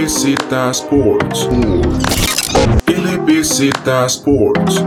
LBZ Sports. LBZ Sports.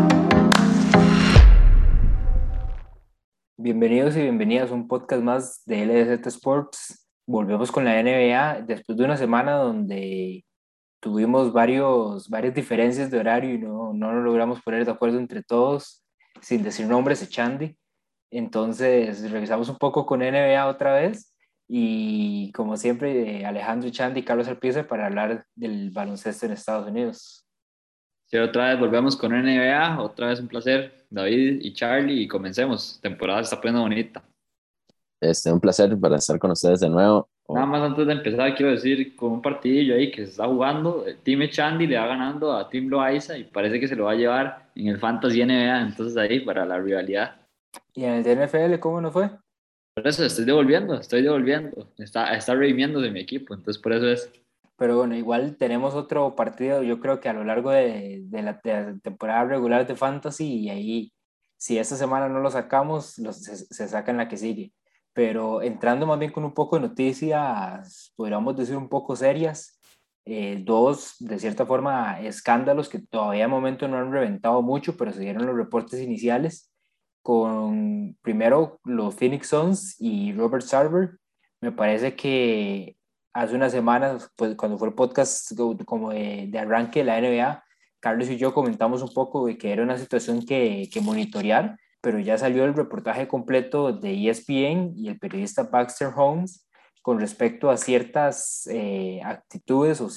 Bienvenidos y bienvenidas a un podcast más de LBZ Sports. Volvemos con la NBA después de una semana donde tuvimos varias diferencias de horario y no nos logramos poner de acuerdo entre todos, sin decir nombres, echandi. Entonces regresamos un poco con NBA otra vez y como siempre Alejandro Echandi y Carlos Alpiza para hablar del baloncesto en Estados Unidos. Sí, otra vez volvemos con NBA, otra vez un placer, David y Charlie, y comencemos. Temporada se está poniendo bonita. Un placer para estar con ustedes de nuevo. Nada más antes de empezar, quiero decir, con un partidillo ahí que se está jugando, el Team Echandi le va ganando a Team Loaiza y parece que se lo va a llevar en el Fantasy NBA, entonces ahí para la rivalidad. ¿Y en el de NFL cómo nos fue? Por eso estoy devolviendo, está redimiéndose mi equipo, entonces por eso es. Pero bueno, igual tenemos otro partido, yo creo que a lo largo de la temporada regular de Fantasy, y ahí, si esta semana no lo sacamos, se saca en la que sigue. Pero entrando más bien con un poco de noticias, podríamos decir un poco serias, dos, de cierta forma, escándalos que todavía de momento no han reventado mucho, pero se dieron los reportes iniciales, con primero los Phoenix Suns y Robert Sarver. Me parece que hace unas semanas, pues, cuando fue el podcast como de arranque de la NBA, Carlos y yo comentamos un poco de que era una situación que monitorear, pero ya salió el reportaje completo de ESPN y el periodista Baxter Holmes con respecto a ciertas actitudes o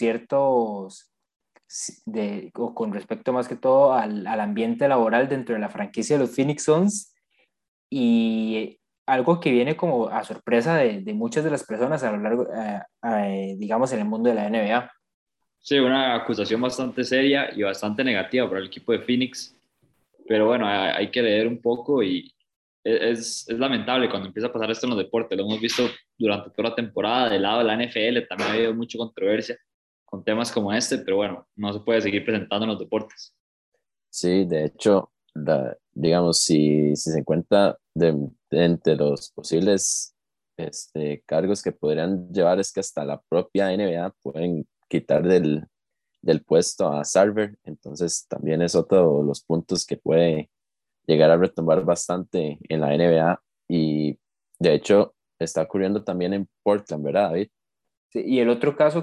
o con respecto más que todo al ambiente laboral dentro de la franquicia de los Phoenix Suns, y algo que viene como a sorpresa de muchas de las personas a lo largo, digamos, en el mundo de la NBA. Sí, una acusación bastante seria y bastante negativa para el equipo de Phoenix, pero bueno, hay que leer un poco y es lamentable cuando empieza a pasar esto en los deportes. Lo hemos visto durante toda la temporada del lado de la NFL, también ha habido mucha controversia con temas como este, pero bueno, no se puede seguir presentando en los deportes. Sí, de hecho, digamos, si se encuentra entre los posibles cargos que podrían llevar, es que hasta la propia NBA pueden quitar del puesto a Sarver. Entonces también es otro de los puntos que puede llegar a retomar bastante en la NBA, y de hecho está ocurriendo también en Portland, ¿verdad, David? Sí, y el otro caso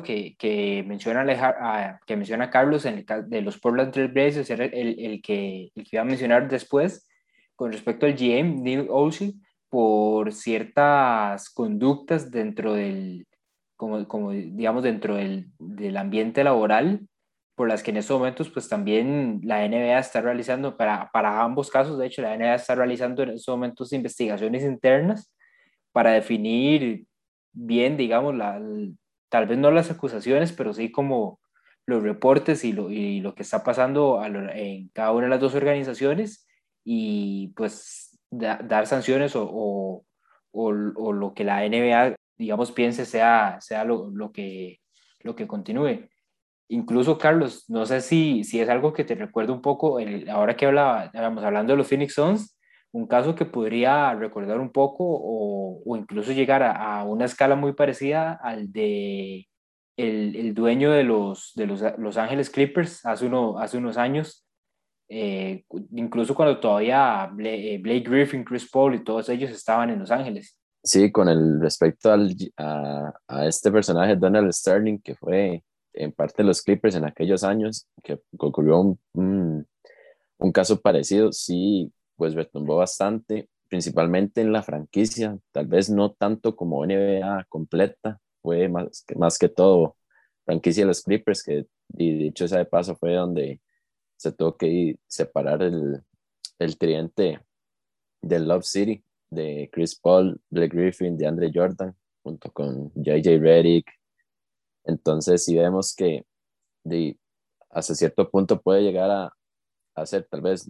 que menciona Carlos en el caso de los Portland Trail Blazers era el que iba a mencionar después con respecto al GM Neil Olshey, por ciertas conductas dentro como digamos, dentro del ambiente laboral, por las que en estos momentos pues también la NBA está realizando, para ambos casos, de hecho la NBA está realizando en estos momentos investigaciones internas para definir bien, digamos, tal vez no las acusaciones, pero sí como los reportes y lo que está pasando en cada una de las dos organizaciones, y pues dar sanciones o lo que la NBA, digamos, piense sea lo que continúe. Incluso, Carlos, no sé si es algo que te recuerda un poco, ahora que estábamos hablando de los Phoenix Suns, un caso que podría recordar un poco o incluso llegar a una escala muy parecida al de el dueño de Los Ángeles Clippers hace unos años, incluso cuando todavía Blake Griffin, Chris Paul y todos ellos estaban en Los Ángeles. Sí, con el respecto a este personaje, Donald Sterling, que fue en parte de los Clippers en aquellos años, que ocurrió un caso parecido. Sí, pues retumbó bastante, principalmente en la franquicia, tal vez no tanto como NBA completa, fue más que todo franquicia de los Clippers, que dicho sea de paso fue donde se tuvo que separar el tridente del Love City, de Chris Paul, Blake Griffin, de Andre Jordan, junto con JJ Redick. Entonces sí vemos que hasta cierto punto puede llegar a ser tal vez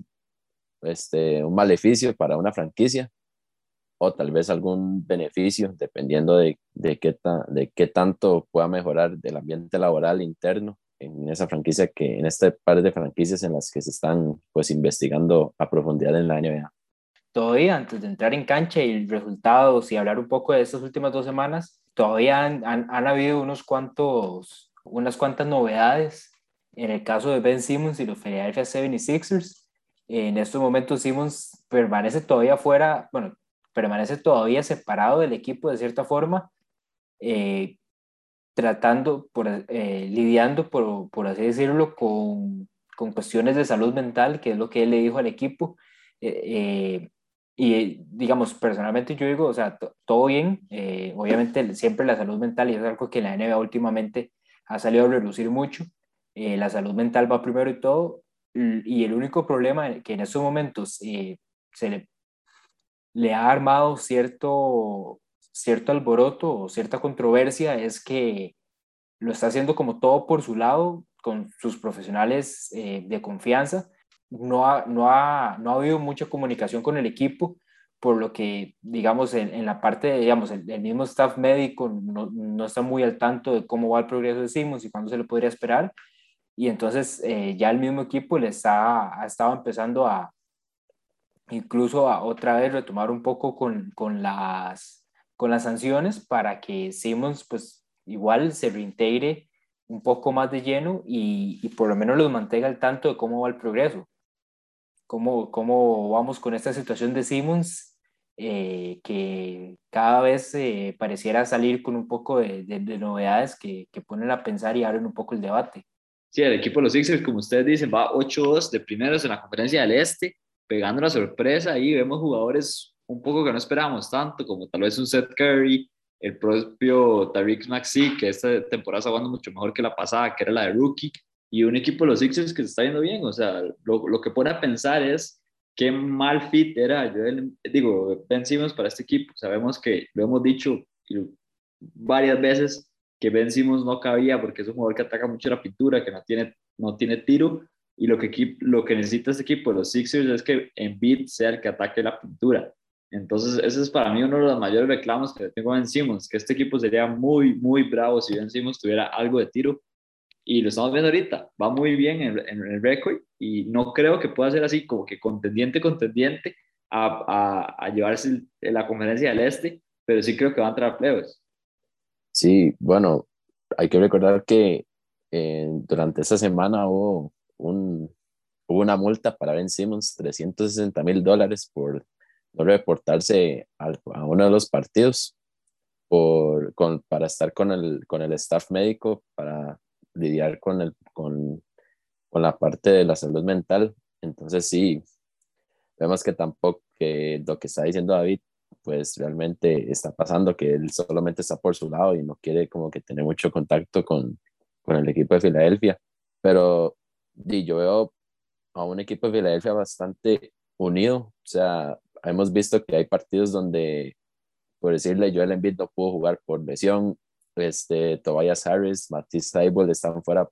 un maleficio para una franquicia, o tal vez algún beneficio, dependiendo de qué tanto pueda mejorar el ambiente laboral interno en esa franquicia, en este par de franquicias en las que se están pues investigando a profundidad en la NBA. Todavía antes de entrar en cancha y resultados y hablar un poco de estas últimas 2 semanas, todavía han habido unas cuantas novedades en el caso de Ben Simmons y los Philadelphia 76ers. En estos momentos Simmons permanece todavía fuera, bueno, permanece todavía separado del equipo de cierta forma, lidiando, por así decirlo, con cuestiones de salud mental, que es lo que él le dijo al equipo. Digamos, personalmente yo digo, o sea, todo bien, obviamente siempre la salud mental, y es algo que en la NBA últimamente ha salido a relucir mucho, la salud mental va primero y todo, y el único problema que en estos momentos le ha armado cierto alboroto o cierta controversia es que lo está haciendo como todo por su lado, con sus profesionales de confianza. No ha habido mucha comunicación con el equipo, por lo que, digamos, en la parte de, digamos, el mismo staff médico no está muy al tanto de cómo va el progreso de Simmons y cuándo se le podría esperar. Y entonces ya el mismo equipo ha estado empezando incluso a otra vez retomar un poco con las sanciones para que Simmons pues igual se reintegre un poco más de lleno y por lo menos los mantenga al tanto de cómo va el progreso, cómo vamos con esta situación de Simmons, que cada vez pareciera salir con un poco de novedades que ponen a pensar y abren un poco el debate. Sí, el equipo de los Sixers, como ustedes dicen, va 8-2 de primeros en la conferencia del Este, pegando la sorpresa y vemos jugadores un poco que no esperábamos tanto, como tal vez un Seth Curry, el propio Tariq Maxey, que esta temporada está jugando mucho mejor que la pasada, que era la de rookie, y un equipo de los Sixers que se está yendo bien. O sea, lo que pone a pensar es qué mal fit era Ben Simmons para este equipo. Sabemos que lo hemos dicho varias veces, que Ben Simmons no cabía porque es un jugador que ataca mucho la pintura, que no tiene tiro, y lo que necesita este equipo de los Sixers es que Embiid sea el que ataque la pintura. Entonces ese es para mí uno de los mayores reclamos que tengo a Ben Simmons, que este equipo sería muy, muy bravo si Ben Simmons tuviera algo de tiro, y lo estamos viendo ahorita, va muy bien en el récord, y no creo que pueda ser así como que contendiente a llevarse la conferencia del Este, pero sí creo que va a entrar a playoffs. Sí, bueno, hay que recordar que durante esta semana hubo una multa para Ben Simmons, $360,000 por no reportarse a uno de los partidos para estar con el staff médico para lidiar con la parte de la salud mental. Entonces sí, vemos que tampoco que lo que está diciendo David, pues realmente está pasando, que él solamente está por su lado y no quiere como que tener mucho contacto con el equipo de Filadelfia. Pero yo veo a un equipo de Filadelfia bastante unido. O sea, hemos visto que hay partidos donde, por decirle, Joel Embiid no pudo jugar por lesión, Tobias Harris, Matisse Thybulle están fuera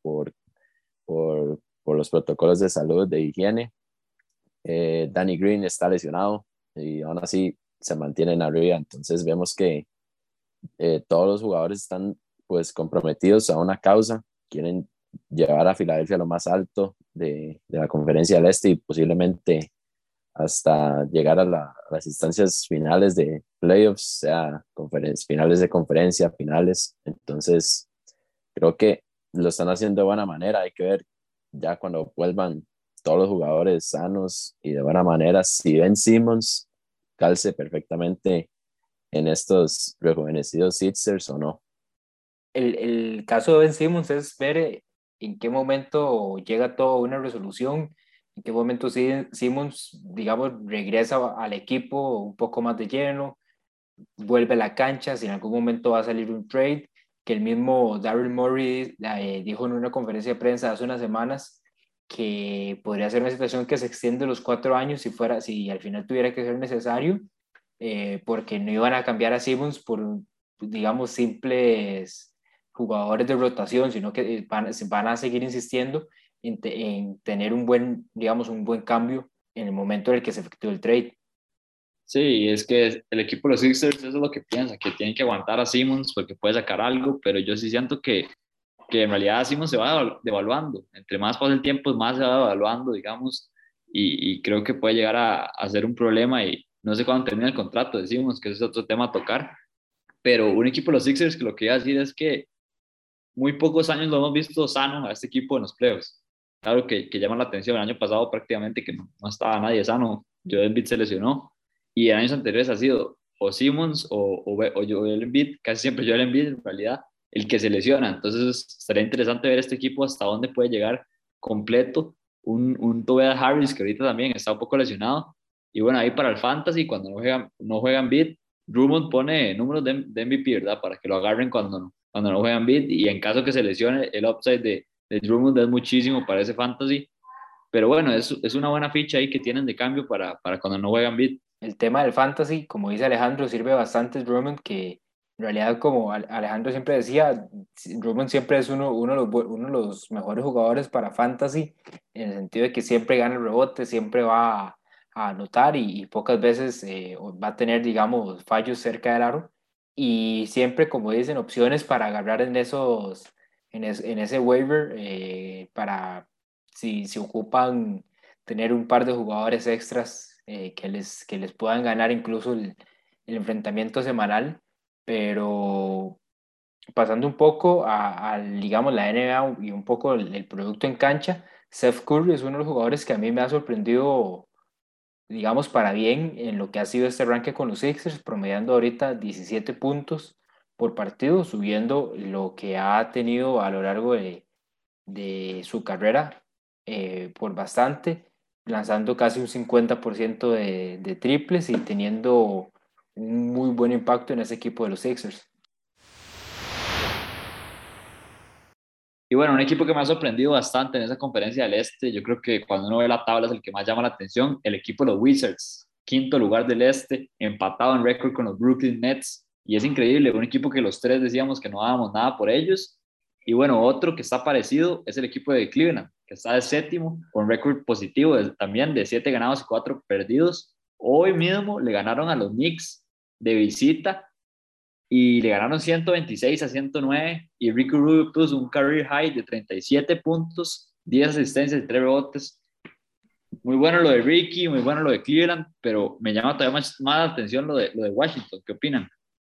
por los protocolos de salud, de higiene. Danny Green está lesionado y aún así se mantienen arriba. Entonces vemos que todos los jugadores están pues comprometidos a una causa, quieren llevar a Filadelfia a lo más alto de la conferencia del Este y posiblemente hasta llegar a las instancias finales de playoffs, sea finales de conferencia, finales. Entonces creo que lo están haciendo de buena manera. Hay que ver ya cuando vuelvan todos los jugadores sanos y de buena manera si Ben Simmons calce perfectamente en estos rejuvenecidos Sixers o no. El caso de Ben Simmons es ver en qué momento llega todo a una resolución, en qué momento Simmons, digamos, regresa al equipo un poco más de lleno, vuelve a la cancha, si en algún momento va a salir un trade, que el mismo Daryl Morey dijo en una conferencia de prensa hace unas semanas que podría ser una situación que se extiende los 4 años si al final tuviera que ser necesario, porque no iban a cambiar a Simmons por, digamos, simples jugadores de rotación, sino que van a seguir insistiendo en tener digamos, un buen cambio en el momento en el que se efectúe el trade. Sí, es que el equipo de los Sixers eso es lo que piensa, que tienen que aguantar a Simmons porque puede sacar algo, pero yo sí siento que en realidad Simmons se va devaluando. Entre más pasa el tiempo, más se va devaluando, digamos, y creo que puede llegar a ser un problema, y no sé cuándo termina el contrato de Simmons, que ese es otro tema a tocar, pero un equipo de los Sixers que lo que iba a decir es que muy pocos años lo hemos visto sano a este equipo en los playoffs. Claro que llama la atención. El año pasado prácticamente que no estaba nadie sano. Joel Embiid se lesionó. Y en años anteriores ha sido o Simmons o Joel Embiid, casi siempre Joel Embiid en realidad, el que se lesiona. Entonces estaría interesante ver este equipo hasta dónde puede llegar completo. Un Tobias Harris que ahorita también está un poco lesionado. Y bueno, ahí para el Fantasy, cuando no juega Embiid, Drummond pone números de MVP, ¿verdad? Para que lo agarren cuando no juegan beat, y en caso que se lesione, el upside de Drummond es muchísimo para ese fantasy, pero bueno, es una buena ficha ahí que tienen de cambio para cuando no juegan beat. El tema del fantasy, como dice Alejandro, sirve bastante Drummond, que en realidad, como Alejandro siempre decía, Drummond siempre es uno de los mejores jugadores para fantasy, en el sentido de que siempre gana el rebote, siempre va a anotar y pocas veces va a tener, digamos, fallos cerca del aro. Y siempre, como dicen, opciones para agarrar en ese waiver para si ocupan tener un par de jugadores extras que les puedan ganar incluso el enfrentamiento semanal, pero pasando un poco digamos, la NBA y un poco el producto en cancha, Seth Curry es uno de los jugadores que a mí me ha sorprendido, digamos, para bien en lo que ha sido este arranque con los Sixers, promediando ahorita 17 puntos por partido, subiendo lo que ha tenido a lo largo de su carrera por bastante, lanzando casi un 50% de triples y teniendo un muy buen impacto en ese equipo de los Sixers. Y bueno, un equipo que me ha sorprendido bastante en esa conferencia del Este, yo creo que cuando uno ve la tabla es el que más llama la atención, el equipo de los Wizards, quinto lugar del Este, empatado en récord con los Brooklyn Nets, y es increíble, un equipo que los tres decíamos que no dábamos nada por ellos. Y bueno, otro que está parecido es el equipo de Cleveland, que está de séptimo, con récord positivo también de 7 ganados y 4 perdidos. Hoy mismo le ganaron a los Knicks de visita y le ganaron 126-109, y Ricky Rubio puso un career high de 37 puntos, 10 asistencias y 3 rebotes. Muy bueno lo de Ricky, muy bueno lo de Cleveland, pero me llama todavía más la atención lo de Washington. ¿Qué opinan?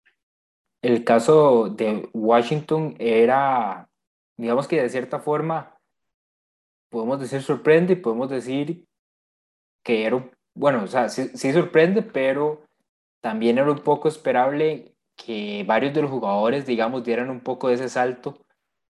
El caso de Washington era, digamos que de cierta forma, podemos decir sorprende y podemos decir que era, bueno, o sea, sí sorprende, pero también era un poco esperable que varios de los jugadores, digamos, dieran un poco de ese salto,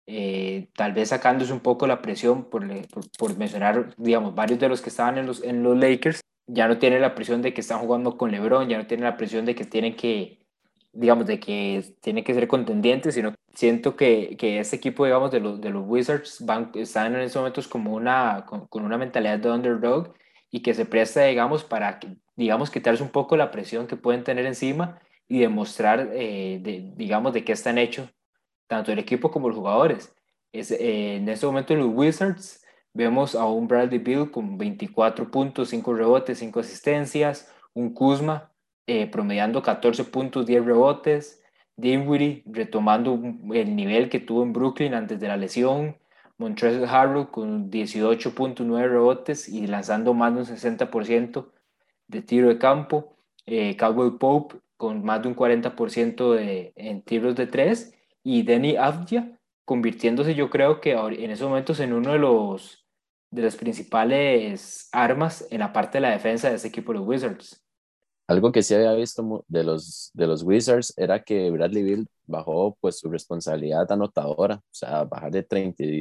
tal vez sacándose un poco la presión por mencionar, digamos, varios de los que estaban en los Lakers, ya no tienen la presión de que están jugando con LeBron, ya no tienen la presión de que tienen que, digamos, de que tienen que ser contendientes, sino siento que este equipo, digamos, de los Wizards están en estos momentos como con una mentalidad de underdog y que se presta, digamos, para, digamos, quitarse un poco la presión que pueden tener encima y demostrar, digamos, de qué están hechos tanto el equipo como los jugadores. En este momento en los Wizards vemos a un Bradley Beal con 24 puntos, 5 rebotes, 5 asistencias, un Kuzma promediando 14 puntos, 10 rebotes, Dinwiddie retomando el nivel que tuvo en Brooklyn antes de la lesión, Montrezl Harrell con 18.9 rebotes y lanzando más de un 60% de tiro de campo, Caldwell Pope con más de un 40% en tiros de 3 y Denny Avdia convirtiéndose, yo creo que en esos momentos en uno de las principales armas en la parte de la defensa de ese equipo de los Wizards. Algo que sí había visto de los Wizards era que Bradley Beal bajó pues su responsabilidad anotadora, o sea, bajar de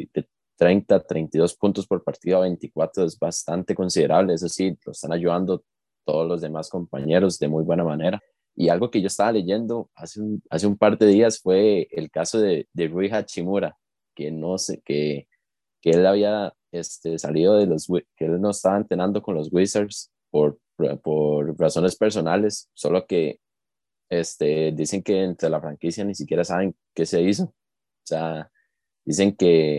30 a 32 puntos por partido a 24 es bastante considerable. Eso sí, lo están ayudando todos los demás compañeros de muy buena manera. Y algo que yo estaba leyendo hace un par de días fue el caso de Rui Hachimura, que no sé, que él había salido que él no estaba entrenando con los Wizards por razones personales, solo que dicen que entre la franquicia ni siquiera saben qué se hizo. O sea, dicen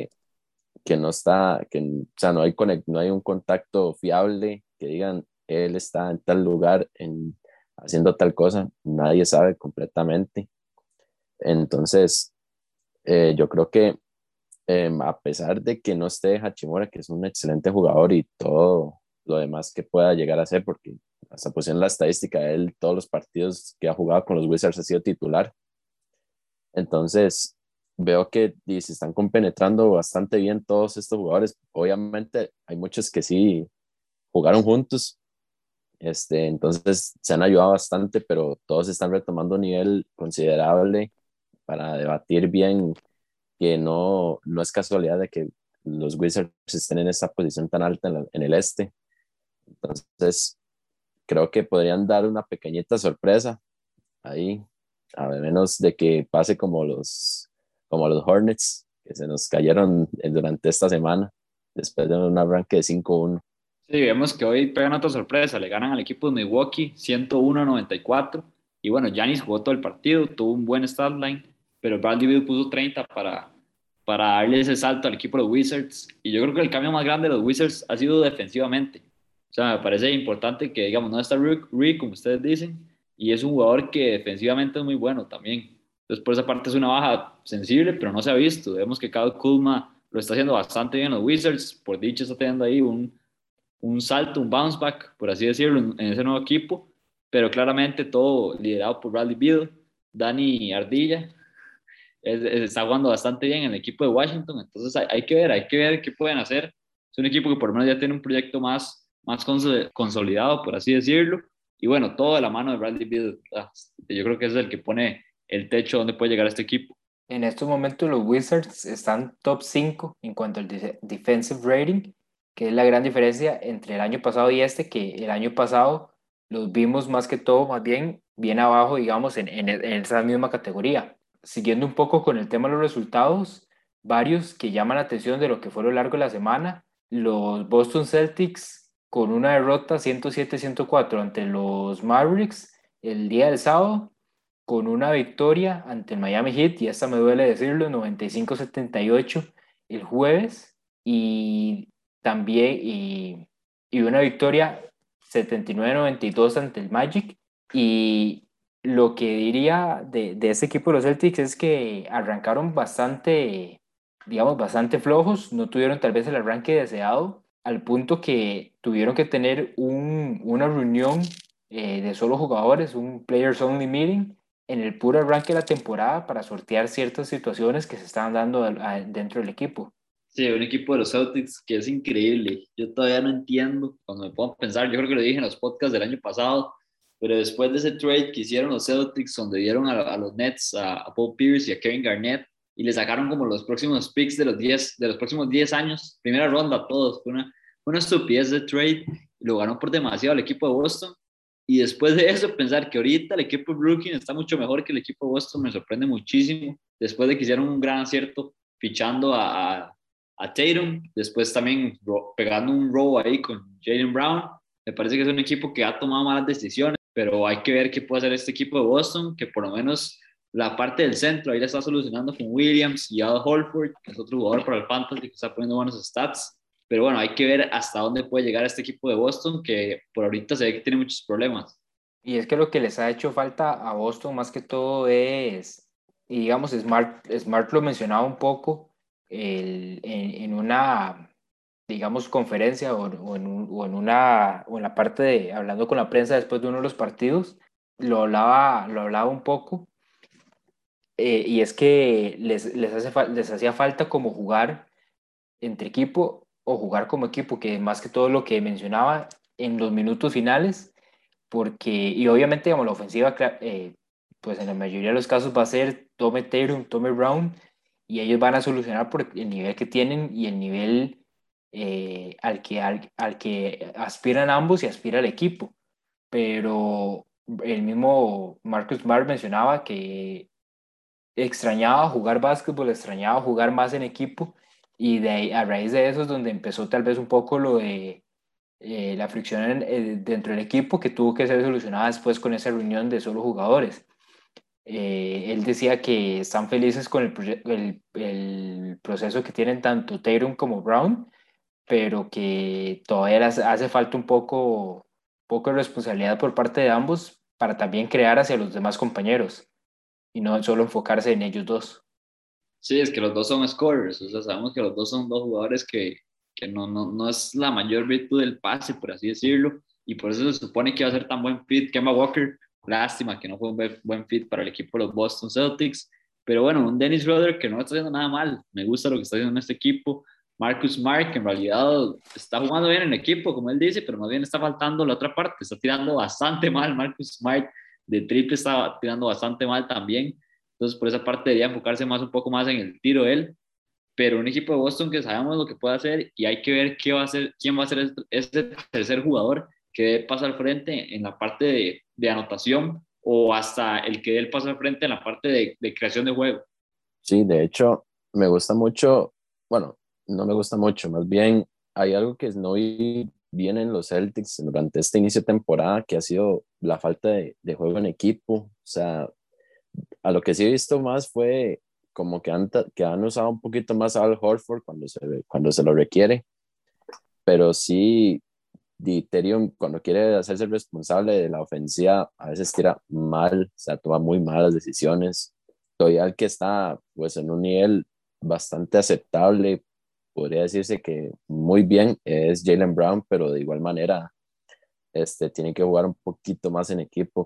que no está, o sea, no hay un contacto fiable que digan él está en tal lugar haciendo tal cosa, nadie sabe completamente. Entonces, yo creo que a pesar de que no esté Hachimura, que es un excelente jugador y todo lo demás que pueda llegar a ser, porque hasta pues en la estadística, él todos los partidos que ha jugado con los Wizards ha sido titular. Entonces, veo que se están compenetrando bastante bien todos estos jugadores. Obviamente hay muchos que sí jugaron juntos, entonces se han ayudado bastante, pero todos están retomando un nivel considerable para debatir bien que no es casualidad de que los Wizards estén en esta posición tan alta en el este. Entonces, creo que podrían dar una pequeñita sorpresa ahí, a menos de que pase como los Hornets, que se nos cayeron durante esta semana, después de un arranque de 5-1. Sí, vemos que hoy pegan otra sorpresa, le ganan al equipo de Milwaukee 101-94 y bueno, Giannis jugó todo el partido, tuvo un buen stat line, pero Bradley Beal puso 30 para darle ese salto al equipo de los Wizards y yo creo que el cambio más grande de los Wizards ha sido defensivamente. O sea, me parece importante que, digamos, no está Rick, como ustedes dicen, y es un jugador que defensivamente es muy bueno también. Entonces, por esa parte es una baja sensible, pero no se ha visto. Vemos que Kyle Kuzma lo está haciendo bastante bien en los Wizards, por dicho está teniendo ahí un salto, un bounce back, por así decirlo, en ese nuevo equipo, pero claramente todo liderado por Bradley Beal, Dani Ardilla, está jugando bastante bien en el equipo de Washington, entonces hay que ver qué pueden hacer. Es un equipo que por lo menos ya tiene un proyecto más consolidado, por así decirlo, y bueno, todo de la mano de Bradley Beal. Yo creo que es el que pone el techo donde puede llegar este equipo. En estos momentos los Wizards están top 5 en cuanto al defensive rating, que es la gran diferencia entre el año pasado y este, que el año pasado los vimos más que todo, más bien abajo, digamos, en esa misma categoría. Siguiendo un poco con el tema de los resultados, varios que llaman la atención de lo que fue a lo largo de la semana, los Boston Celtics con una derrota 107-104 ante los Mavericks el día del sábado, con una victoria ante el Miami Heat, y esta me duele decirlo, 95-78 el jueves, y también y una victoria 79-92 ante el Magic. Y lo que diría de este equipo de los Celtics es que arrancaron bastante, digamos, bastante flojos, no tuvieron tal vez el arranque deseado, al punto que tuvieron que tener una reunión de solo jugadores, un Players Only Meeting, en el puro arranque de la temporada para sortear ciertas situaciones que se estaban dando dentro del equipo. Sí, un equipo de los Celtics que es increíble. Yo todavía no entiendo, cuando me pongo a pensar, yo creo que lo dije en los podcasts del año pasado, pero después de ese trade que hicieron los Celtics, donde dieron a los Nets a Paul Pierce y a Kevin Garnett, y le sacaron como los próximos picks de los próximos 10 años, primera ronda a todos, fue una estupidez de trade, y lo ganó por demasiado el equipo de Boston. Y después de eso, pensar que ahorita el equipo de Brooklyn está mucho mejor que el equipo de Boston me sorprende muchísimo. Después de que hicieron un gran acierto fichando a Tatum, después también pegando un robo ahí con Jaylen Brown. Me parece que es un equipo que ha tomado malas decisiones, pero hay que ver qué puede hacer este equipo de Boston, que por lo menos la parte del centro ahí la está solucionando con Williams y Al Horford, que es otro jugador para el Fantasy que está poniendo buenos stats. Pero bueno, hay que ver hasta dónde puede llegar este equipo de Boston, que por ahorita se ve que tiene muchos problemas. Y es que lo que les ha hecho falta a Boston más que todo es, y digamos, Smart lo mencionaba un poco en una, digamos, conferencia o en la parte de, hablando con la prensa después de uno de los partidos, lo hablaba un poco, y es que les hacía falta como jugar entre equipo o jugar como equipo, que más que todo lo que mencionaba en los minutos finales, porque, y obviamente, digamos, la ofensiva, pues en la mayoría de los casos va a ser tome Tatum, tome Brown, y ellos van a solucionar por el nivel que tienen y el nivel al que aspiran ambos y aspira el equipo. Pero el mismo Marcus Smart mencionaba que extrañaba jugar básquetbol, extrañaba jugar más en equipo, y a raíz de eso es donde empezó tal vez un poco lo de la fricción dentro del equipo, que tuvo que ser solucionada después con esa reunión de solo jugadores. Él decía que están felices con el proceso que tienen tanto Tatum como Brown, pero que todavía hace falta poco de responsabilidad por parte de ambos para también crear hacia los demás compañeros y no solo enfocarse en ellos dos. Sí, es que los dos son scorers, o sea, sabemos que los dos son dos jugadores que no es la mayor virtud del pase, por así decirlo, y por eso se supone que va a ser tan buen fit Kemba Walker. Lástima que no fue un buen fit para el equipo de los Boston Celtics, Pero bueno, un Dennis Schroeder que no está haciendo nada mal. Me gusta lo que está haciendo en este equipo. Marcus Smart, que en realidad está jugando bien en equipo, como él dice, pero más bien está faltando la otra parte. Está tirando bastante mal Marcus Smart. De triple está tirando bastante mal también. Entonces, por esa parte debería enfocarse un poco más en el tiro él. Pero un equipo de Boston que sabemos lo que puede hacer y hay que ver qué va a hacer, quién va a ser este tercer jugador que dé paso al frente en la parte de anotación o hasta el que dé el paso al frente en la parte de creación de juego. Sí, de hecho, me gusta mucho, bueno, no me gusta mucho, más bien hay algo que no vi bien en los Celtics durante este inicio de temporada, que ha sido la falta de juego en equipo. O sea, a lo que sí he visto más fue como que han usado un poquito más a Al Horford cuando se lo requiere, pero sí, Tyrion cuando quiere hacerse responsable de la ofensiva, a veces tira mal, o sea, toma muy malas decisiones. Todavía el que está pues en un nivel bastante aceptable, podría decirse que muy bien, es Jaylen Brown, pero de igual manera tiene que jugar un poquito más en equipo.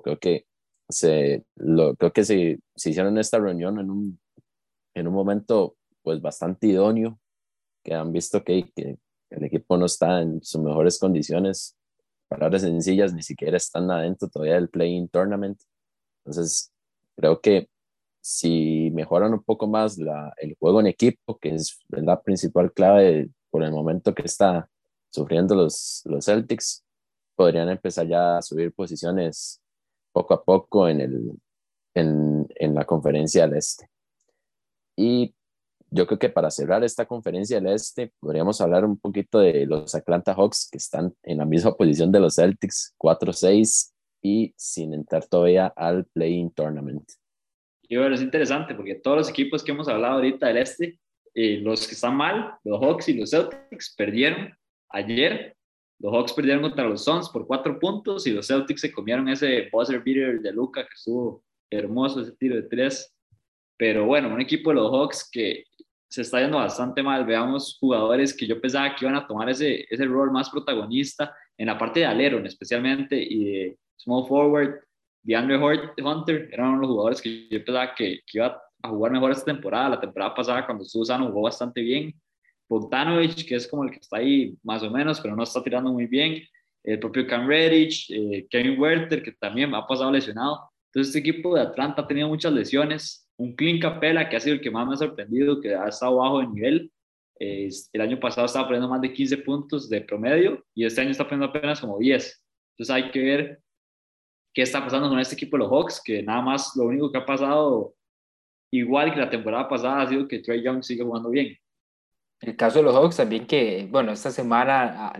Creo que se hicieron esta reunión en un momento pues bastante idóneo, que han visto que el equipo no está en sus mejores condiciones. Palabras sencillas, ni siquiera están adentro todavía del Play-in Tournament. Entonces, creo que si mejoran un poco más el juego en equipo, que es la principal clave por el momento que está sufriendo los Celtics, podrían empezar ya a subir posiciones poco a poco en la conferencia del Este. Y yo creo que para cerrar esta conferencia del Este, podríamos hablar un poquito de los Atlanta Hawks, que están en la misma posición de los Celtics, 4-6 y sin entrar todavía al Play-in Tournament. Y bueno, es interesante porque todos los equipos que hemos hablado ahorita del Este, los que están mal, los Hawks y los Celtics, perdieron ayer. Los Hawks perdieron contra los Suns por 4 puntos y los Celtics se comieron ese buzzer beater de Luka, que estuvo hermoso ese tiro de 3. Pero bueno, un equipo de los Hawks que se está yendo bastante mal. Veamos jugadores que yo pensaba que iban a tomar ese rol más protagonista en la parte de alero, especialmente, y de small forward. DeAndre Hunter era uno de los jugadores que yo pensaba que iba a jugar mejor esta temporada. La temporada pasada, cuando estuvo sano, jugó bastante bien. Bogdanovic, que es como el que está ahí más o menos, pero no está tirando muy bien. El propio Cam Reddish, Kevin Werther, que también ha pasado lesionado. Entonces, este equipo de Atlanta ha tenido muchas lesiones. Un Clint Capela, que ha sido el que más me ha sorprendido, que ha estado bajo de nivel. El año pasado estaba poniendo más de 15 puntos de promedio y este año está poniendo apenas como 10. Entonces, hay que ver qué está pasando con este equipo de los Hawks, que nada más lo único que ha pasado, igual que la temporada pasada, ha sido que Trae Young sigue jugando bien. El caso de los Hawks también que, bueno, esta semana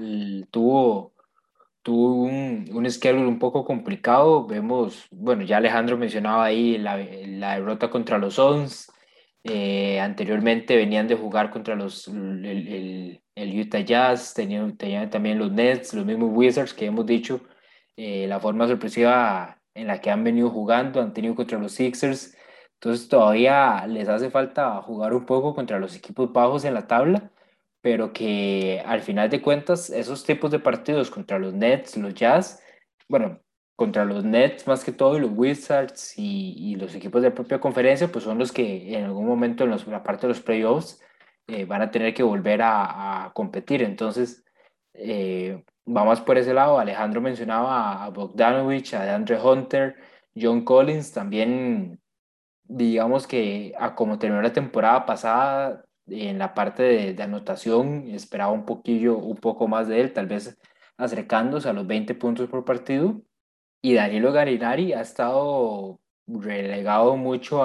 tuvo un schedule un poco complicado. Vemos, bueno, ya Alejandro mencionaba ahí la derrota contra los Suns. Anteriormente venían de jugar contra el Utah Jazz, tenían también los Nets, los mismos Wizards que hemos dicho, la forma sorpresiva en la que han venido jugando, han tenido contra los Sixers. Entonces todavía les hace falta jugar un poco contra los equipos bajos en la tabla, pero que al final de cuentas esos tipos de partidos contra los Nets, los Jazz, bueno, contra los Nets más que todo y los Wizards y los equipos de la propia conferencia, pues son los que en algún momento en la parte de los playoffs van a tener que volver a competir. Entonces, vamos por ese lado. Alejandro mencionaba a Bogdanovic, a DeAndre Hunter, John Collins, también digamos que a como terminó la temporada pasada en la parte de anotación, esperaba un poco más de él, tal vez acercándose a los 20 puntos por partido. Y Danilo Gallinari ha estado relegado mucho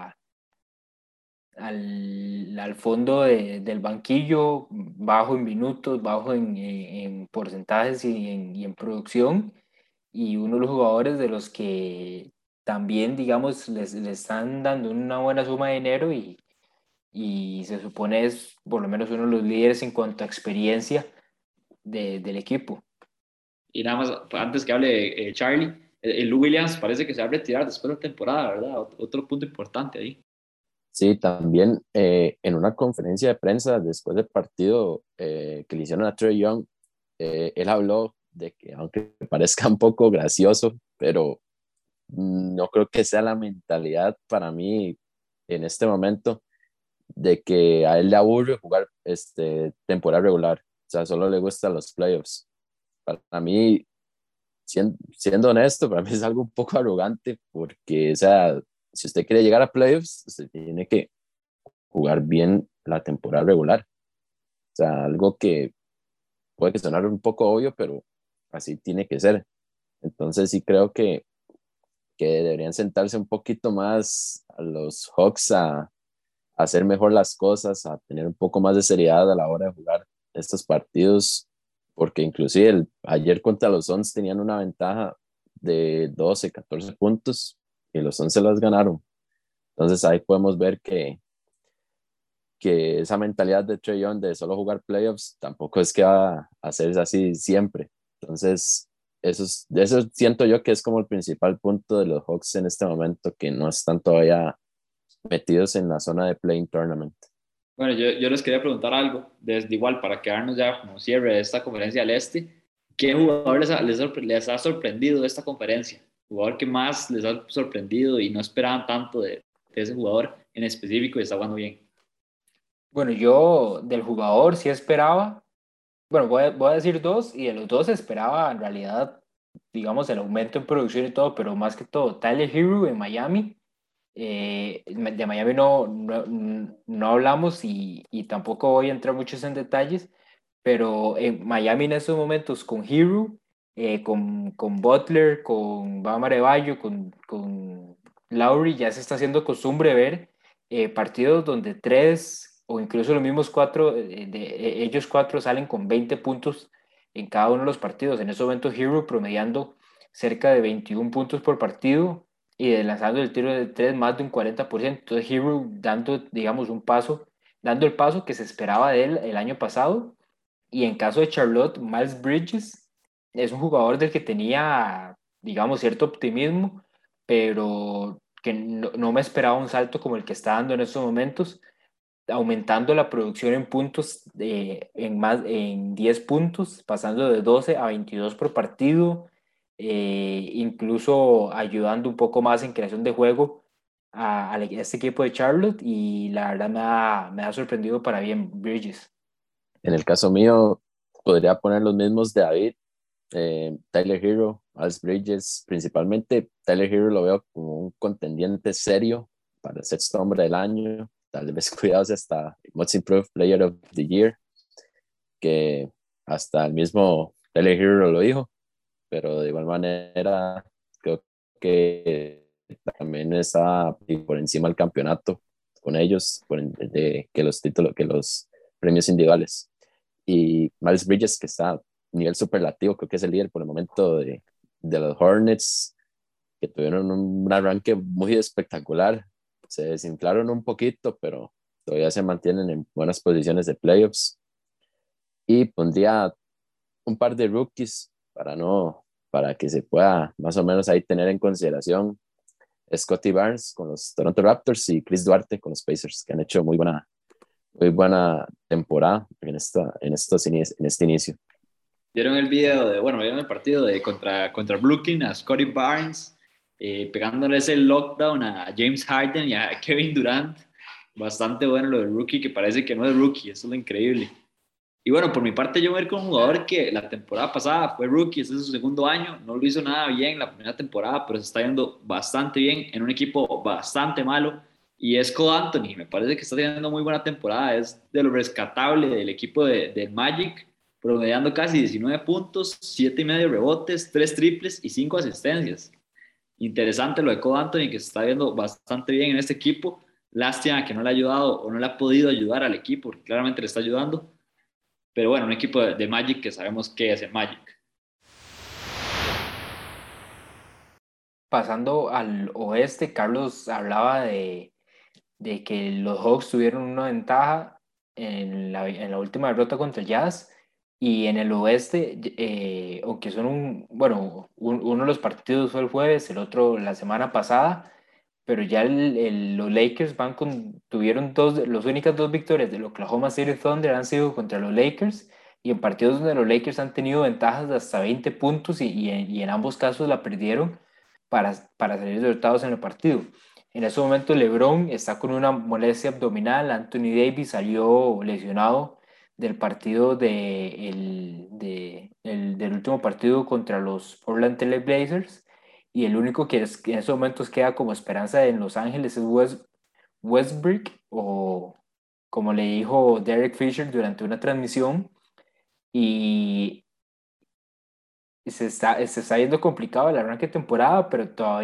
al fondo del banquillo, bajo en minutos, bajo en porcentajes y en producción. Y uno de los jugadores de los que también, digamos, le están dando una buena suma de dinero y se supone es por lo menos uno de los líderes en cuanto a experiencia del equipo. Y nada más, antes que hable Charlie, el Lou Williams parece que se va a retirar después de la temporada, ¿verdad? Otro punto importante ahí. Sí, también en una conferencia de prensa después del partido que le hicieron a Trae Young, él habló de que, aunque parezca un poco gracioso, pero no creo que sea la mentalidad para mí en este momento de que a él le aburre jugar temporada regular, o sea, solo le gustan los playoffs. Para mí, siendo honesto, para mí es algo un poco arrogante porque, o sea, si usted quiere llegar a playoffs, usted tiene que jugar bien la temporada regular. O sea, algo que puede que sonar un poco obvio, pero así tiene que ser. Entonces sí creo que deberían sentarse un poquito más a los Hawks a hacer mejor las cosas, a tener un poco más de seriedad a la hora de jugar estos partidos, porque inclusive ayer contra los Suns tenían una ventaja de 12, 14 puntos y los Suns se las ganaron. Entonces ahí podemos ver que esa mentalidad de Trae Young de solo jugar playoffs tampoco es que va a hacerse así siempre. Entonces, eso siento yo que es como el principal punto de los Hawks en este momento, que no están todavía metidos en la zona de play-in tournament. Bueno, yo les quería preguntar algo, desde igual, para quedarnos ya como cierre de esta conferencia del Este. ¿Qué jugador les ha sorprendido de esta conferencia? ¿Jugador que más les ha sorprendido y no esperaban tanto de ese jugador en específico y está jugando bien? Bueno, yo del jugador sí esperaba, bueno, voy a decir dos, y de los dos esperaba en realidad, digamos, el aumento en producción y todo, pero más que todo, Tyler Hero en Miami. De Miami no hablamos y tampoco voy a entrar muchos en detalles, pero en Miami en estos momentos con Hero, con Butler, con Bam Adebayo, con Lowry, ya se está haciendo costumbre ver partidos donde tres o incluso los mismos cuatro, ellos cuatro salen con 20 puntos en cada uno de los partidos. En estos momentos Hero promediando cerca de 21 puntos por partido y lanzando el tiro de tres más de un 40%. Entonces Hero dando, digamos, dando el paso que se esperaba de él el año pasado. Y en caso de Charlotte, Miles Bridges es un jugador del que tenía, digamos, cierto optimismo, pero que no me esperaba un salto como el que está dando en estos momentos, aumentando la producción en puntos en 10 puntos, pasando de 12 a 22 por partido, incluso ayudando un poco más en creación de juego a este equipo de Charlotte, y la verdad me ha sorprendido para bien Bridges. En el caso mío, podría poner los mismos de David, Tyler Hero, Miles Bridges, principalmente Tyler Hero lo veo como un contendiente serio para el sexto hombre del año, tal vez cuidados hasta Most Improved Player of the Year, que hasta el mismo Tyler Hero lo dijo, pero de igual manera creo que también está por encima del campeonato con ellos, que los títulos, que los premios individuales. Y Miles Bridges, que está a nivel superlativo, creo que es el líder por el momento de los Hornets, que tuvieron un arranque muy espectacular. Se desinflaron un poquito, pero todavía se mantienen en buenas posiciones de playoffs. Y pondría un par de rookies para que se pueda más o menos ahí tener en consideración. Scottie Barnes con los Toronto Raptors y Chris Duarte con los Pacers, que han hecho muy buena temporada en este inicio. Vieron el video vieron el partido de contra Brooklyn, a Scottie Barnes pegándole ese lockdown a James Harden y a Kevin Durant. Bastante bueno lo del rookie, que parece que no es rookie, eso es lo increíble. Y bueno, por mi parte yo me voy con un jugador que la temporada pasada fue rookie, este es su segundo año, no lo hizo nada bien la primera temporada, pero se está yendo bastante bien en un equipo bastante malo, y es Cole Anthony. Me parece que está teniendo muy buena temporada, es de lo rescatable del equipo del Magic, promediando casi 19 puntos, 7.5 rebotes, 3 triples y 5 asistencias. Interesante lo de Cole Anthony, que se está viendo bastante bien en este equipo. Lástima que no le ha ayudado o no le ha podido ayudar al equipo, porque claramente le está ayudando. Pero bueno, un equipo de Magic que sabemos qué es el Magic. Pasando al oeste, Carlos hablaba de que los Hawks tuvieron una ventaja en la última derrota contra el Jazz, y en el oeste, aunque son uno de los partidos fue el jueves, el otro la semana pasada, pero ya los Lakers tuvieron las únicas dos victorias del Oklahoma City Thunder han sido contra los Lakers, y en partidos donde los Lakers han tenido ventajas de hasta 20 puntos y en ambos casos la perdieron para salir derrotados en el partido. En ese momento LeBron está con una molestia abdominal, Anthony Davis salió lesionado del partido del último partido contra los Portland Trail Blazers, y el único que en esos momentos queda como esperanza en Los Ángeles es Westbrook, o como le dijo Derek Fisher durante una transmisión, y se está yendo complicado el arranque de temporada, pero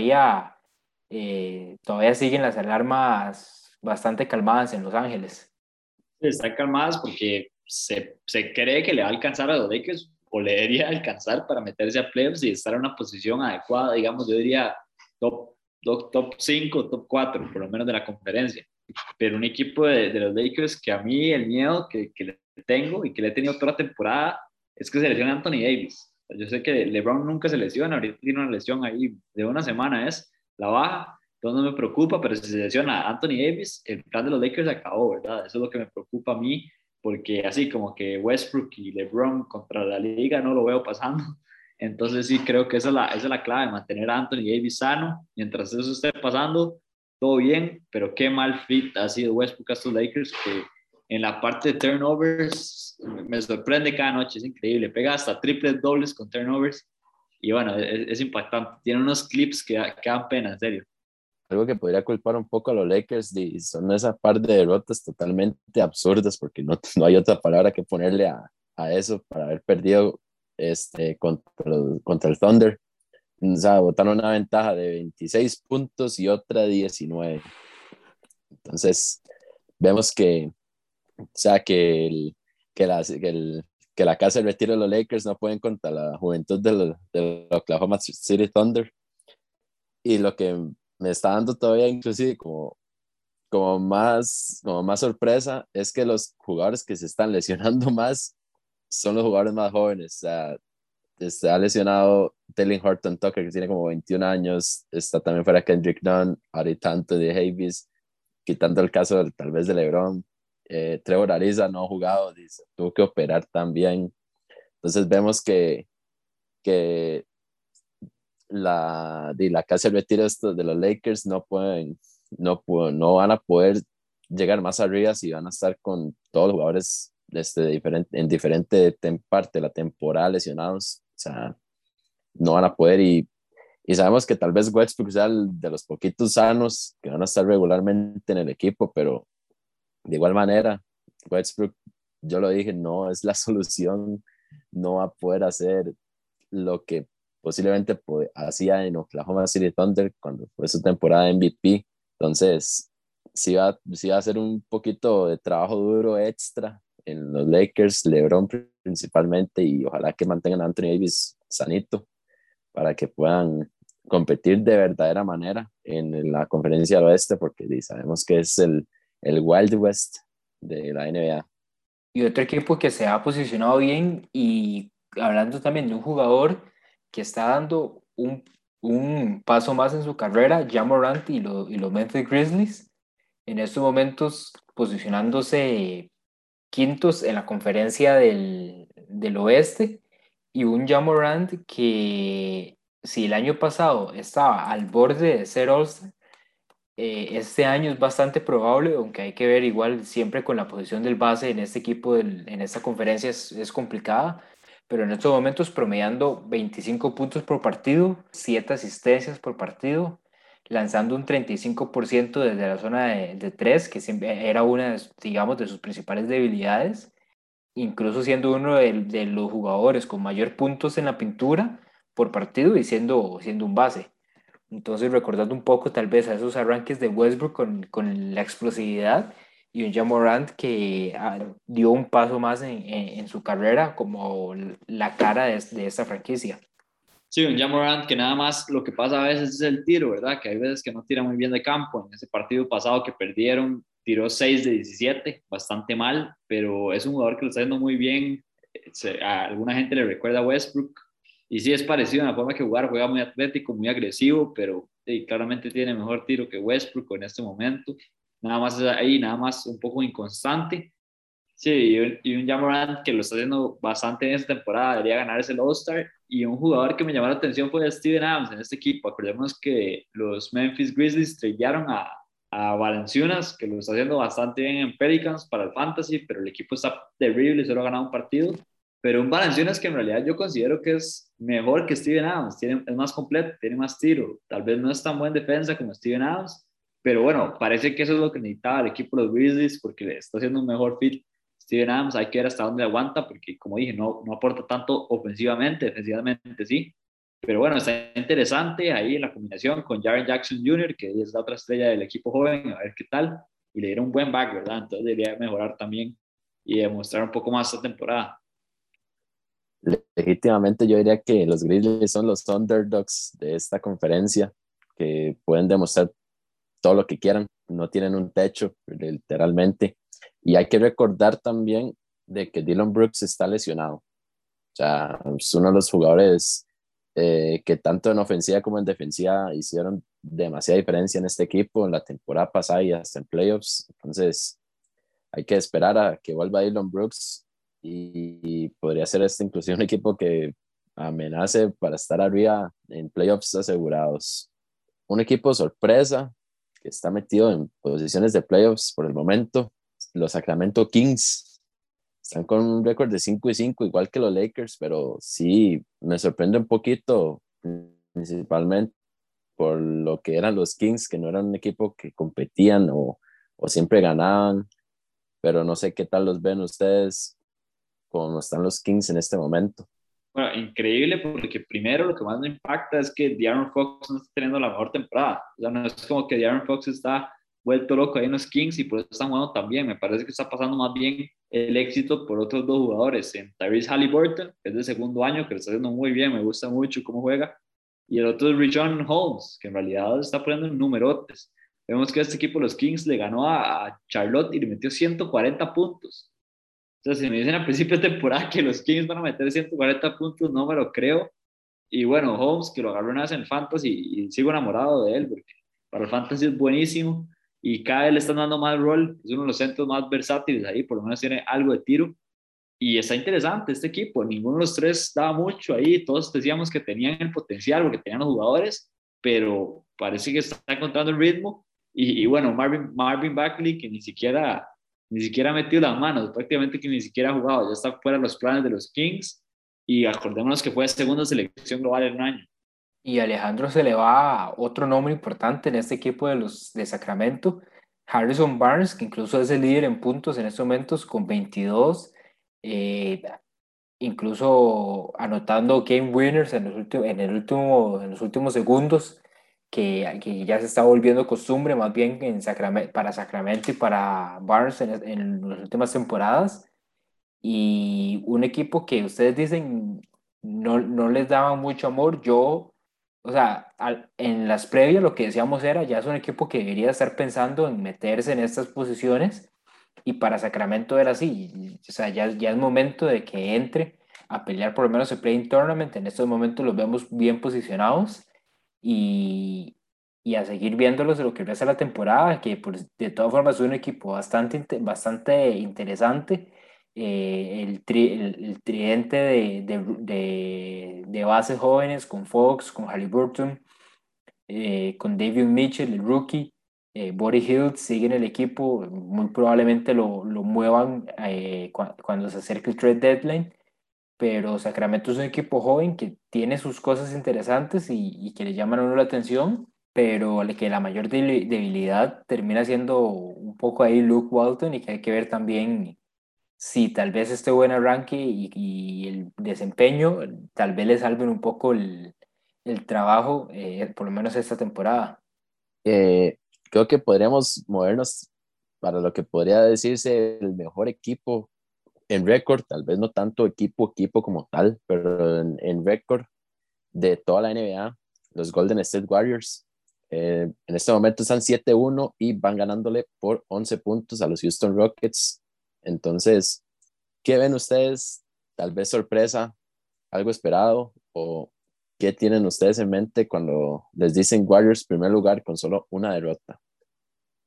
todavía siguen las alarmas bastante calmadas en Los Ángeles. Están calmadas porque se cree que le va a alcanzar a los Lakers o le debería alcanzar para meterse a playoffs y estar en una posición adecuada, digamos, yo diría top 5, top 4, por lo menos de la conferencia. Pero un equipo de los Lakers que a mí el miedo que le tengo y que le he tenido toda la temporada es que se lesione Anthony Davis. Yo sé que LeBron nunca se lesiona, ahorita tiene una lesión ahí de una semana, es la baja, entonces no me preocupa, pero si se lesiona Anthony Davis, el plan de los Lakers acabó, ¿verdad? Eso es lo que me preocupa a mí, porque así como que Westbrook y LeBron contra la liga no lo veo pasando. Entonces sí creo que esa es la clave, mantener a Anthony Davis sano. Mientras eso esté pasando, todo bien, pero qué mal fit ha sido Westbrook a estos Lakers, que en la parte de turnovers me sorprende cada noche, es increíble, pega hasta triples dobles con turnovers, y bueno, es impactante, tiene unos clips que dan pena, en serio. Algo que podría culpar un poco a los Lakers son esa par de derrotas totalmente absurdas, porque no hay otra palabra que ponerle a eso, para haber perdido contra el Thunder. O sea, botaron una ventaja de 26 puntos y otra 19. Entonces, vemos o sea, que la casa de retiro de los Lakers no pueden contra la juventud de los Oklahoma City Thunder. Y lo que me está dando todavía inclusive como más sorpresa es que los jugadores que se están lesionando más son los jugadores más jóvenes. O sea, está lesionado Talen Horton Tucker, que tiene como 21 años. Está también fuera Kendrick Nunn, ahorita Anthony Davis, quitando el caso tal vez de LeBron. Trevor Ariza no ha jugado, dice, tuvo que operar también. Entonces vemos que la casa de retiro de los Lakers no van a poder llegar más arriba si van a estar con todos los jugadores en diferente parte de la temporada lesionados. O sea, no van a poder, y sabemos que tal vez Westbrook sea de los poquitos sanos que van a estar regularmente en el equipo, pero de igual manera, Westbrook, yo lo dije, no es la solución, no va a poder hacer lo que posiblemente hacía en Oklahoma City Thunder cuando fue su temporada de MVP. Entonces, sí va a hacer un poquito de trabajo duro extra en los Lakers, LeBron principalmente, y ojalá que mantengan a Anthony Davis sanito para que puedan competir de verdadera manera en la conferencia del oeste, porque sabemos que es el Wild West de la NBA. Y otro equipo que se ha posicionado bien, y hablando también de un jugador que está dando un paso más en su carrera, Ja Morant y los Memphis Grizzlies, en estos momentos posicionándose quintos en la conferencia del oeste, y un Ja Morant que, si el año pasado estaba al borde de ser All-Star, este año es bastante probable, aunque hay que ver igual siempre con la posición del base en este equipo, en esta conferencia es complicada, pero en estos momentos promediando 25 puntos por partido, 7 asistencias por partido, lanzando un 35% desde la zona de 3, que siempre era una, digamos, de sus principales debilidades, incluso siendo uno de los jugadores con mayor puntos en la pintura por partido y siendo un base. Entonces, recordando un poco tal vez a esos arranques de Westbrook con la explosividad, y un Ja Morant que dio un paso más en su carrera como la cara de esta franquicia. Sí, un Ja Morant que nada más lo que pasa a veces es el tiro, ¿verdad? Que hay veces que no tira muy bien de campo. En ese partido pasado que perdieron, tiró 6 de 17, bastante mal, pero es un jugador que lo está haciendo muy bien. A alguna gente le recuerda a Westbrook, y sí es parecido en la forma que juega muy atlético, muy agresivo, pero claramente tiene mejor tiro que Westbrook en este momento. Nada más es ahí, nada más un poco inconstante, Sí, y un Ja Morant que lo está haciendo bastante en esta temporada, debería ganarse el All-Star. Y un jugador que me llamó la atención fue Steven Adams en este equipo. Acordemos que los Memphis Grizzlies tradearon a Valanciunas, que lo está haciendo bastante bien en Pelicans para el Fantasy, pero el equipo está terrible, solo ha ganado un partido. Pero un Valanciunas que en realidad yo considero que es mejor que Steven Adams, es más completo, tiene más tiro. Tal vez no es tan buen defensa como Steven Adams, pero bueno, parece que eso es lo que necesitaba el equipo de los Grizzlies porque le está haciendo un mejor fit Steven Adams. Hay que ver hasta dónde aguanta, porque como dije, no aporta tanto ofensivamente, defensivamente sí. Pero bueno, está interesante ahí en la combinación con Jaren Jackson Jr., que es la otra estrella del equipo joven, a ver qué tal. Y le dieron un buen back, ¿verdad? Entonces debería mejorar también y demostrar un poco más esta temporada. Legítimamente yo diría que los Grizzlies son los underdogs de esta conferencia, que pueden demostrar todo lo que quieran, no tienen un techo, literalmente. Y hay que recordar también de que Dillon Brooks está lesionado. O sea, es uno de los jugadores que tanto en ofensiva como en defensiva hicieron demasiada diferencia en este equipo en la temporada pasada y hasta en playoffs. Entonces, hay que esperar a que vuelva Dillon Brooks y podría ser este inclusive un equipo que amenace para estar arriba en playoffs asegurados. Un equipo sorpresa que está metido en posiciones de playoffs por el momento, los Sacramento Kings. Están con un récord de 5-5, igual que los Lakers, pero sí me sorprende un poquito, principalmente por lo que eran los Kings, que no eran un equipo que competían o siempre ganaban, pero no sé qué tal los ven ustedes como están los Kings en este momento. Bueno, increíble porque primero lo que más me impacta es que De'Aaron Fox no está teniendo la mejor temporada. O sea, no es como que De'Aaron Fox está vuelto loco ahí en los Kings y por eso están jugando también. Me parece que está pasando más bien el éxito por otros dos jugadores. En Tyrese Haliburton, que es de segundo año, que lo está haciendo muy bien, me gusta mucho cómo juega. Y el otro es Richaun Holmes, que en realidad está poniendo en numerotes. Vemos que este equipo, los Kings, le ganó a Charlotte y le metió 140 puntos. O sea, si me dicen a principio de temporada que los Kings van a meter 140 puntos, no me lo creo. Y bueno, Holmes, que lo agarró una vez en el Fantasy y sigo enamorado de él, porque para el Fantasy es buenísimo y cada vez le están dando más rol. Es uno de los centros más versátiles ahí, por lo menos tiene algo de tiro. Y está interesante este equipo. Ninguno de los tres daba mucho ahí. Todos decíamos que tenían el potencial porque tenían los jugadores, pero parece que está encontrando el ritmo. Y bueno, Marvin Bagley, que ni siquiera ha metido las manos, prácticamente que ni siquiera ha jugado, ya está fuera de los planes de los Kings. Y acordémonos que fue segunda selección global en un año. Y Alejandro se le va otro nombre importante en este equipo de los de Sacramento, Harrison Barnes, que incluso es el líder en puntos en estos momentos con 22, eh, incluso anotando game winners en los últimos segundos, que ya se está volviendo costumbre más bien para Sacramento y para Barnes en las últimas temporadas. Y un equipo que ustedes dicen no les daba mucho amor. Yo, o sea, en las previas lo que decíamos era, ya es un equipo que debería estar pensando en meterse en estas posiciones, y para Sacramento era así. O sea, ya es momento de que entre a pelear por lo menos el Play-in Tournament. En estos momentos los vemos bien posicionados, y, y a seguir viéndolos de lo que resta de la temporada, que de todas formas es un equipo bastante interesante. El tridente de bases jóvenes con Fox, con Haliburton, con David Mitchell, el rookie, Buddy Hield sigue en el equipo. Muy probablemente lo muevan cuando se acerque el trade deadline, pero Sacramento es un equipo joven que tiene sus cosas interesantes y que le llaman a uno la atención, pero que la mayor debilidad termina siendo un poco ahí Luke Walton, y que hay que ver también si tal vez este buen arranque y el desempeño tal vez le salven un poco el trabajo, por lo menos esta temporada. Eh, Creo que podríamos movernos para lo que podría decirse el mejor equipo en récord, tal vez no tanto equipo como tal, pero en récord de toda la NBA, los Golden State Warriors. En este momento están 7-1 y van ganándole por 11 puntos a los Houston Rockets. Entonces, ¿qué ven ustedes? Tal vez sorpresa, algo esperado, o qué tienen ustedes en mente cuando les dicen Warriors primer lugar con solo una derrota.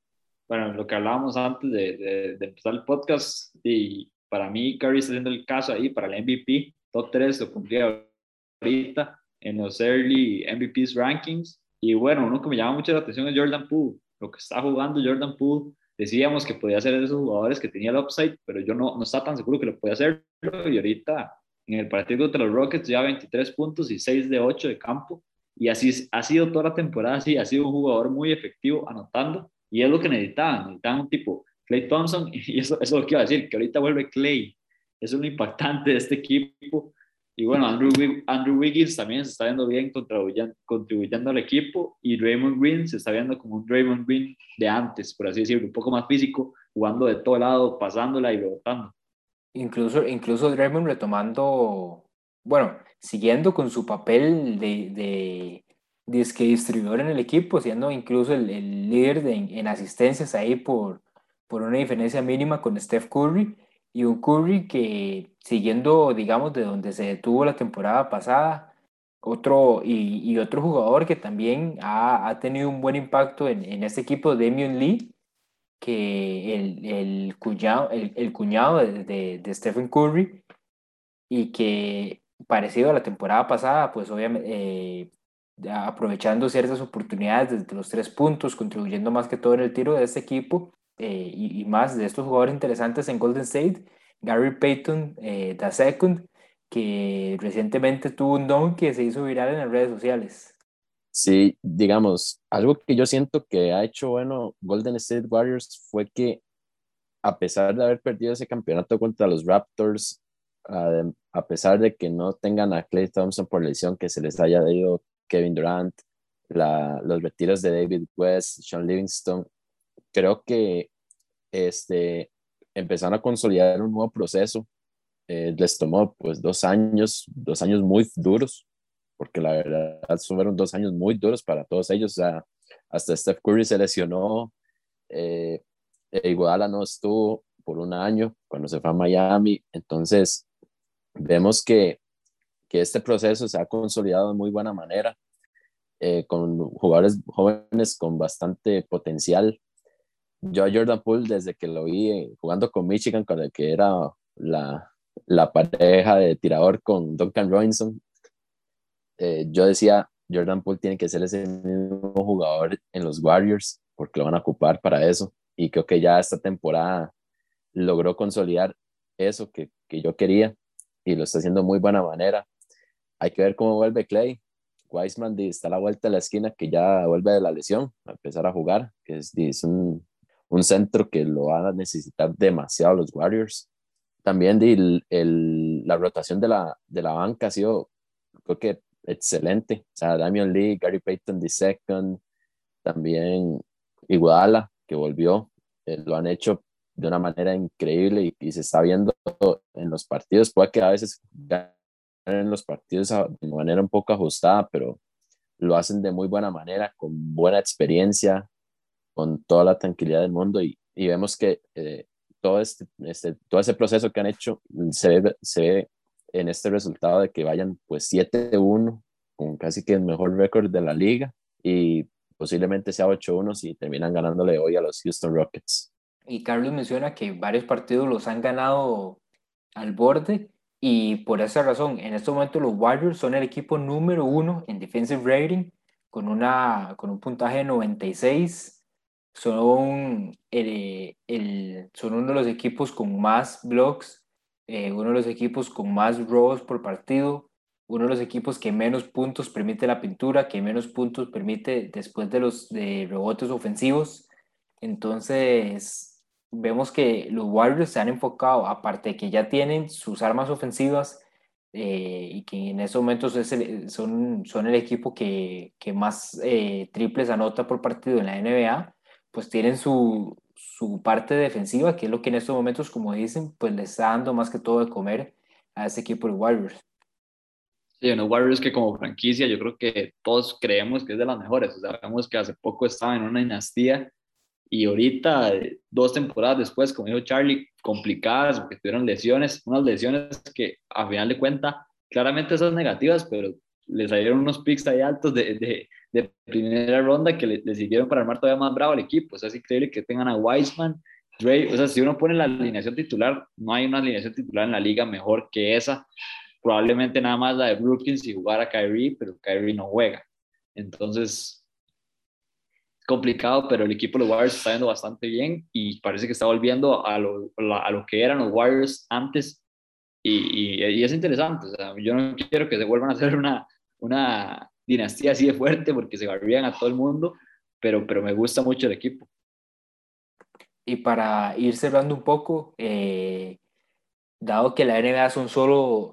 bueno, lo que hablábamos antes de empezar el podcast, y para mí Curry está haciendo el caso ahí para el MVP, top 3 lo pondría ahorita en los early MVPs rankings. Y bueno, uno que me llama mucho la atención es Jordan Poole, lo que está jugando Jordan Poole. Decíamos que podía ser de esos jugadores que tenía el upside, pero yo no estaba tan seguro que lo podía hacer. Y ahorita en el partido contra los Rockets ya 23 puntos y 6 de 8 de campo. Y así ha sido toda la temporada, así ha sido un jugador muy efectivo anotando. Y es lo que necesitaban un tipo Klay Thompson, y eso es lo que iba a decir, que ahorita vuelve Klay. Eso es lo impactante de este equipo. Y bueno, Andrew Wiggins también se está viendo bien contribuyendo al equipo, y Draymond Green se está viendo como un Draymond Green de antes, por así decirlo, un poco más físico, jugando de todo lado, pasándola y rebotando. Incluso Draymond retomando, bueno, siguiendo con su papel de disque distribuidor en el equipo, siendo incluso el líder en asistencias ahí por una diferencia mínima con Steph Curry, y un Curry que siguiendo, digamos, de donde se detuvo la temporada pasada, y otro jugador que también ha tenido un buen impacto en este equipo, Damian Lee, que el cuñado de Stephen Curry, y que parecido a la temporada pasada, pues obviamente aprovechando ciertas oportunidades desde los 3 puntos, contribuyendo más que todo en el tiro de este equipo, y más de estos jugadores interesantes en Golden State, Gary Payton II, que recientemente tuvo un don que se hizo viral en las redes sociales. Sí, digamos, algo que yo siento que ha hecho bueno Golden State Warriors fue que a pesar de haber perdido ese campeonato contra los Raptors, a pesar de que no tengan a Klay Thompson por lesión, que se les haya ido Kevin Durant, los retiros de David West, Sean Livingston, creo que empezaron a consolidar un nuevo proceso. Les tomó pues 2 años muy duros, porque la verdad fueron 2 años muy duros para todos ellos. O sea, hasta Steph Curry se lesionó, eh, Iguodala no estuvo por un año cuando se fue a Miami. Entonces vemos que este proceso se ha consolidado de muy buena manera, con jugadores jóvenes con bastante potencial. Yo a Jordan Poole, desde que lo vi jugando con Michigan, con el que era la pareja de tirador con Duncan Robinson, yo decía, Jordan Poole tiene que ser ese mismo jugador en los Warriors, porque lo van a ocupar para eso. Y creo que ya esta temporada logró consolidar eso que yo quería, y lo está haciendo de muy buena manera. Hay que ver cómo vuelve Klay. Wiseman está a la vuelta de la esquina, que ya vuelve de la lesión a empezar a jugar, que es un centro que lo van a necesitar demasiado los Warriors. También la rotación de la banca ha sido, creo que, excelente. O sea, Damian Lee, Gary Payton II, también Iguodala, que volvió, lo han hecho de una manera increíble, y se está viendo en los partidos. Puede que a veces ganen en los partidos de manera un poco ajustada, pero lo hacen de muy buena manera, con buena experiencia, con toda la tranquilidad del mundo, y vemos que todo ese proceso que han hecho se ve en este resultado de que vayan pues 7-1, con casi que el mejor récord de la liga, y posiblemente sea 8-1 si terminan ganándole hoy a los Houston Rockets. Y Carlos menciona que varios partidos los han ganado al borde, y por esa razón en este momento los Warriors son el equipo número 1 en defensive rating con un puntaje de 96. Son uno de los equipos con más blocks, uno de los equipos con más robos por partido, uno de los equipos que menos puntos permite la pintura, que menos puntos permite después de rebotes ofensivos. Entonces vemos que los Warriors se han enfocado, aparte de que ya tienen sus armas ofensivas, y que en estos momentos son el equipo que más triples anota por partido en la NBA, pues tienen su parte defensiva, que es lo que en estos momentos, como dicen, pues le está dando más que todo de comer a ese equipo de Warriors. Sí, unos Warriors que como franquicia yo creo que todos creemos que es de las mejores. O sea, vemos que hace poco estaba en una dinastía, y ahorita, 2 temporadas después, como dijo Charlie, complicadas porque tuvieron lesiones, unas lesiones que a final de cuentas claramente son negativas, pero les salieron unos picks ahí altos de de primera ronda que le sirvieron para armar todavía más bravo al equipo. O sea, es increíble que tengan a Wiseman, Dre. O sea, si uno pone la alineación titular, no hay una alineación titular en la liga mejor que esa. Probablemente nada más la de Brooklyn si jugara Kyrie, pero Kyrie no juega. Entonces, complicado, pero el equipo de los Warriors está yendo bastante bien y parece que está volviendo a lo que eran los Warriors antes y es interesante. O sea, yo no quiero que se vuelvan a hacer una dinastía así de fuerte porque se barrían a todo el mundo, pero me gusta mucho el equipo. Y para ir cerrando un poco, dado que la NBA son solo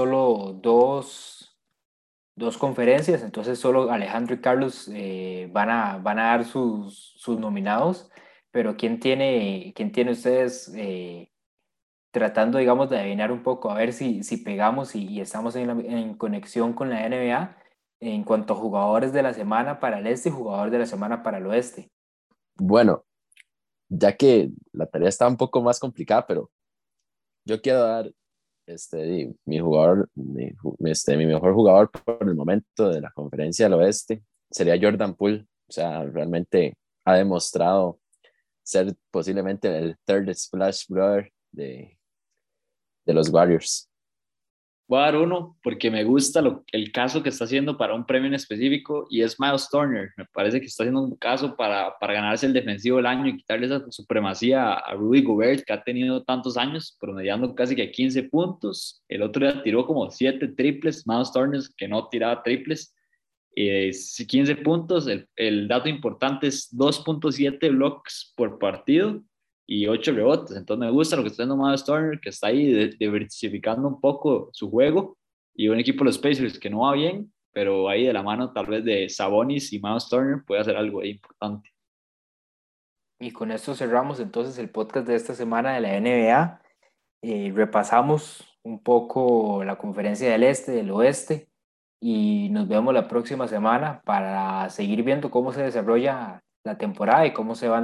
dos conferencias, entonces solo Alejandro y Carlos van a dar sus nominados, pero ¿quién tiene ustedes tratando, digamos, de adivinar un poco, a ver si pegamos y estamos en conexión con la NBA en cuanto a jugadores de la semana para el este y jugador de la semana para el oeste? Bueno, ya que la tarea está un poco más complicada, pero yo quiero dar mi mejor jugador por el momento de la Conferencia del Oeste sería Jordan Poole. O sea, realmente ha demostrado ser posiblemente el third splash brother de los Warriors. Voy a dar uno porque me gusta el caso que está haciendo para un premio en específico y es Miles Turner. Me parece que está haciendo un caso para ganarse el defensivo del año y quitarle esa supremacía a Rudy Gobert, que ha tenido tantos años, promediando casi que 15 puntos. El otro día tiró como 7 triples, Miles Turner, que no tiraba triples. 15 puntos. El dato importante es 2.7 blocks por partido y 8 rebotes. Entonces me gusta lo que está haciendo Miles Turner, que está ahí diversificando un poco su juego, y un equipo de los Pacers que no va bien, pero ahí de la mano tal vez de Sabonis y Miles Turner puede hacer algo ahí importante. Y con esto cerramos entonces el podcast de esta semana de la NBA. Repasamos un poco la conferencia del este, del oeste, y nos vemos la próxima semana para seguir viendo cómo se desarrolla la temporada y cómo se van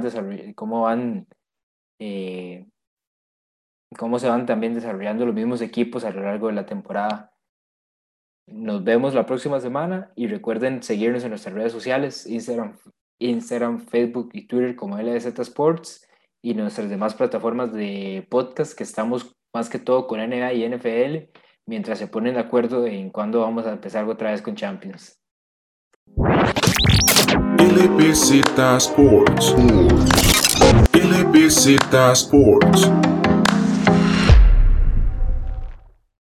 también desarrollando los mismos equipos a lo largo de la temporada. Nos vemos la próxima semana y recuerden seguirnos en nuestras redes sociales, Instagram, Facebook y Twitter como LZ Sports, y nuestras demás plataformas de podcast, que estamos más que todo con NBA y NFL, mientras se ponen de acuerdo en cuándo vamos a empezar otra vez con Champions. LBZ Sports. LBZ Sports.